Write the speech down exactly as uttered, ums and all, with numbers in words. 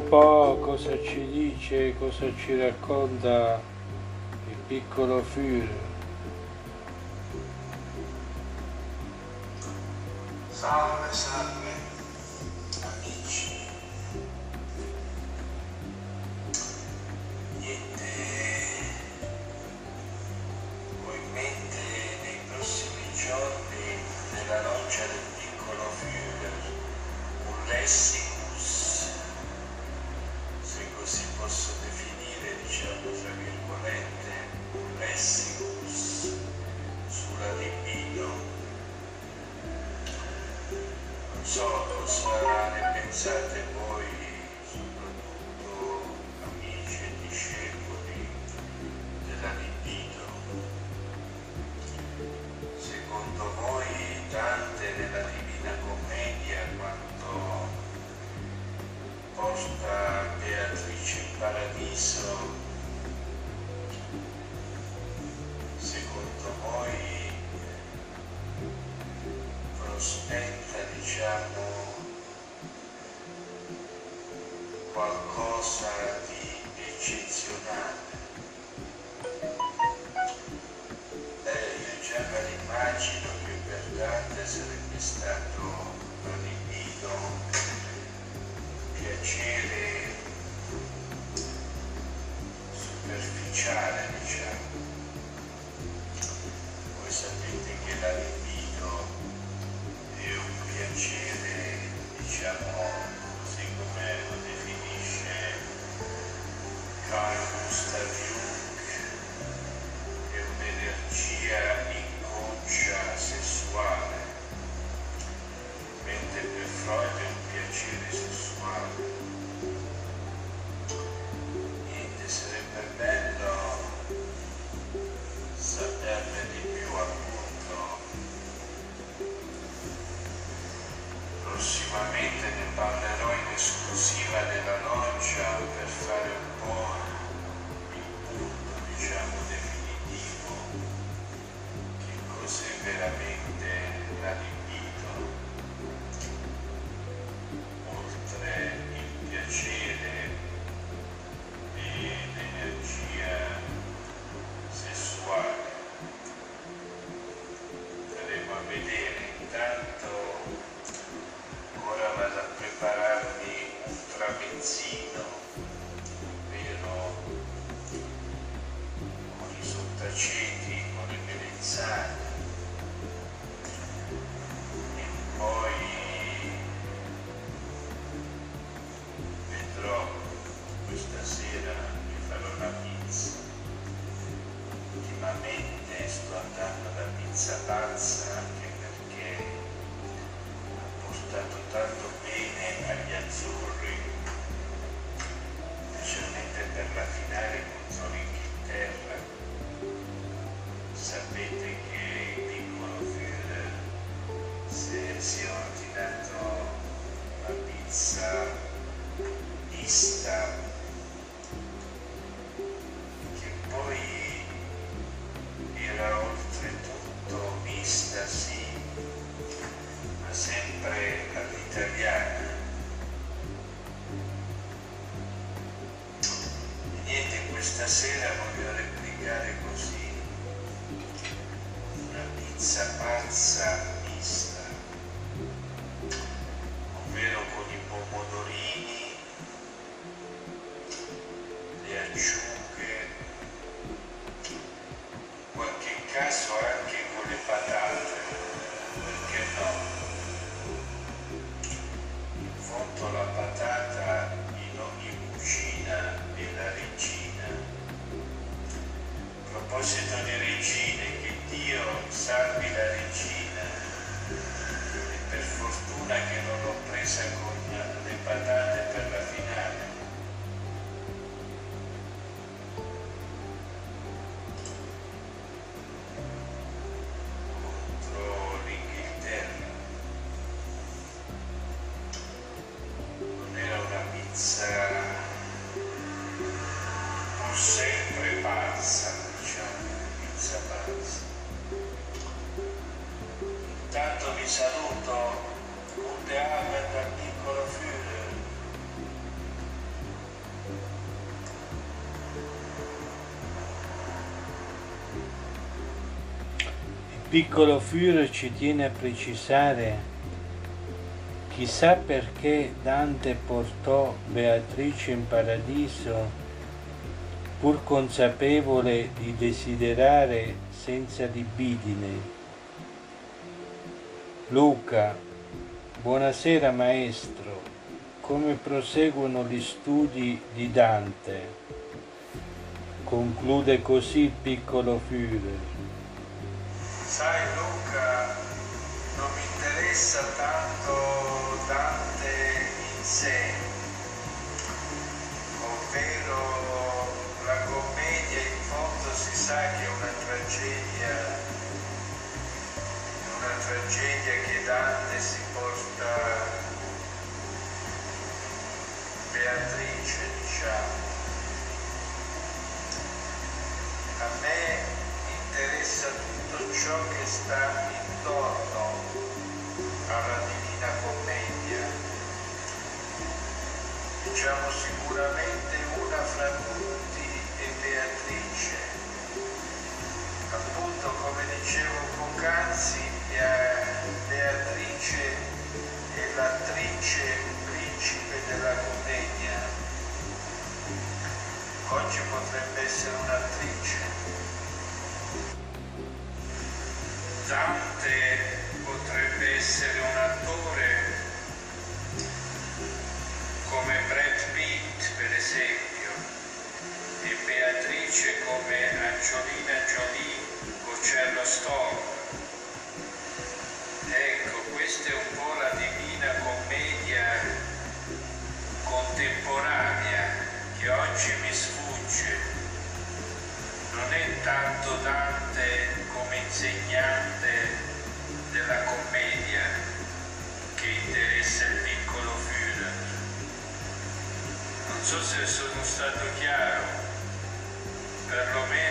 po' cosa ci dice, cosa ci racconta il piccolo Führer. Salve, salve, amici. Niente, ho in mente nei prossimi giorni nella loggia del piccolo Führer un lessicus, se così posso definire, diciamo tra virgolette, un lessicus sulla libido. Non so cosa ne pensate voi, soprattutto amici e discepoli della libido. Secondo voi Dante nella Divina Commedia, quando porta Beatrice in paradiso, secondo voi prospetta, diciamo, qualcosa di eccezionale? Eh, io già me l'immagino che per Dante sarebbe stato una libido, un piacere superficiale, diciamo. Voi sapete che la libido è un piacere, diciamo, così come lo definisce Carl Gustav Jung, è un'energia inconscia sessuale, mentre per Freud è un piacere sessuale. Niente, sarebbe bello saperne di più, appunto. Prossimamente ne parlerò in esclusiva nella loggia per fare un po' il punto, diciamo, definitivo, che cos'è veramente la libido, oltre il piacere e l'energia sessuale. Andremo a vedere. Intanto ora vado a prepararmi un tramezzino, ovvero con i sottaceti, con le melanzane, e poi vedrò, questa sera mi farò una pizza. Ultimamente sto andando alla pizza pazza anche perché ha portato tanto bene agli azzurri, specialmente per la finale contro l'Inghilterra. Sapete che il piccolo Führer si, si è ordinato una pizza mista, che poi era oltretutto mista, sì, ma sempre all'italiana. E niente, questa sera voglio replicare così una pizza pazza mista, ovvero con i pomodorini, le acciughe, in qualche caso anche con le patate, perché no? In fondo la patata in ogni cucina è la regina. A proposito di regine, che Dio salvi la regina, e per fortuna che non l'ho presa con le patate per la finale. Contro l'Inghilterra. Non era una pizza pur sempre pazza, diciamo, pizza pazza. Intanto vi saluto, guten Abend al piccolo Führer. piccolo Führer ci tiene a precisare: chissà perché Dante portò Beatrice in paradiso, pur consapevole di desiderare senza libidine. Luca: buonasera maestro, come proseguono gli studi di Dante? Conclude così il piccolo Führer. Sai Luca, non mi interessa tanto Dante in sé, ovvero la commedia in fondo si sa che è una tragedia, è una tragedia che Dante si porta Beatrice, diciamo. A me interessa tutto ciò che sta intorno alla Divina Commedia, diciamo sicuramente una fra tutti è Beatrice. Appunto, come dicevo poc'anzi, Beatrice è l'attrice principe della commedia. Oggi potrebbe essere un'attrice. Dante potrebbe essere un attore come Brad Pitt, per esempio, e Beatrice come Angelina Jolie o Charlotte Storm. Ecco, questa è un po' la Divina Commedia contemporanea che oggi mi sfugge. Non è tanto Dante come insegnante della commedia che interessa il piccolo Führer. Non so se sono stato chiaro, perlomeno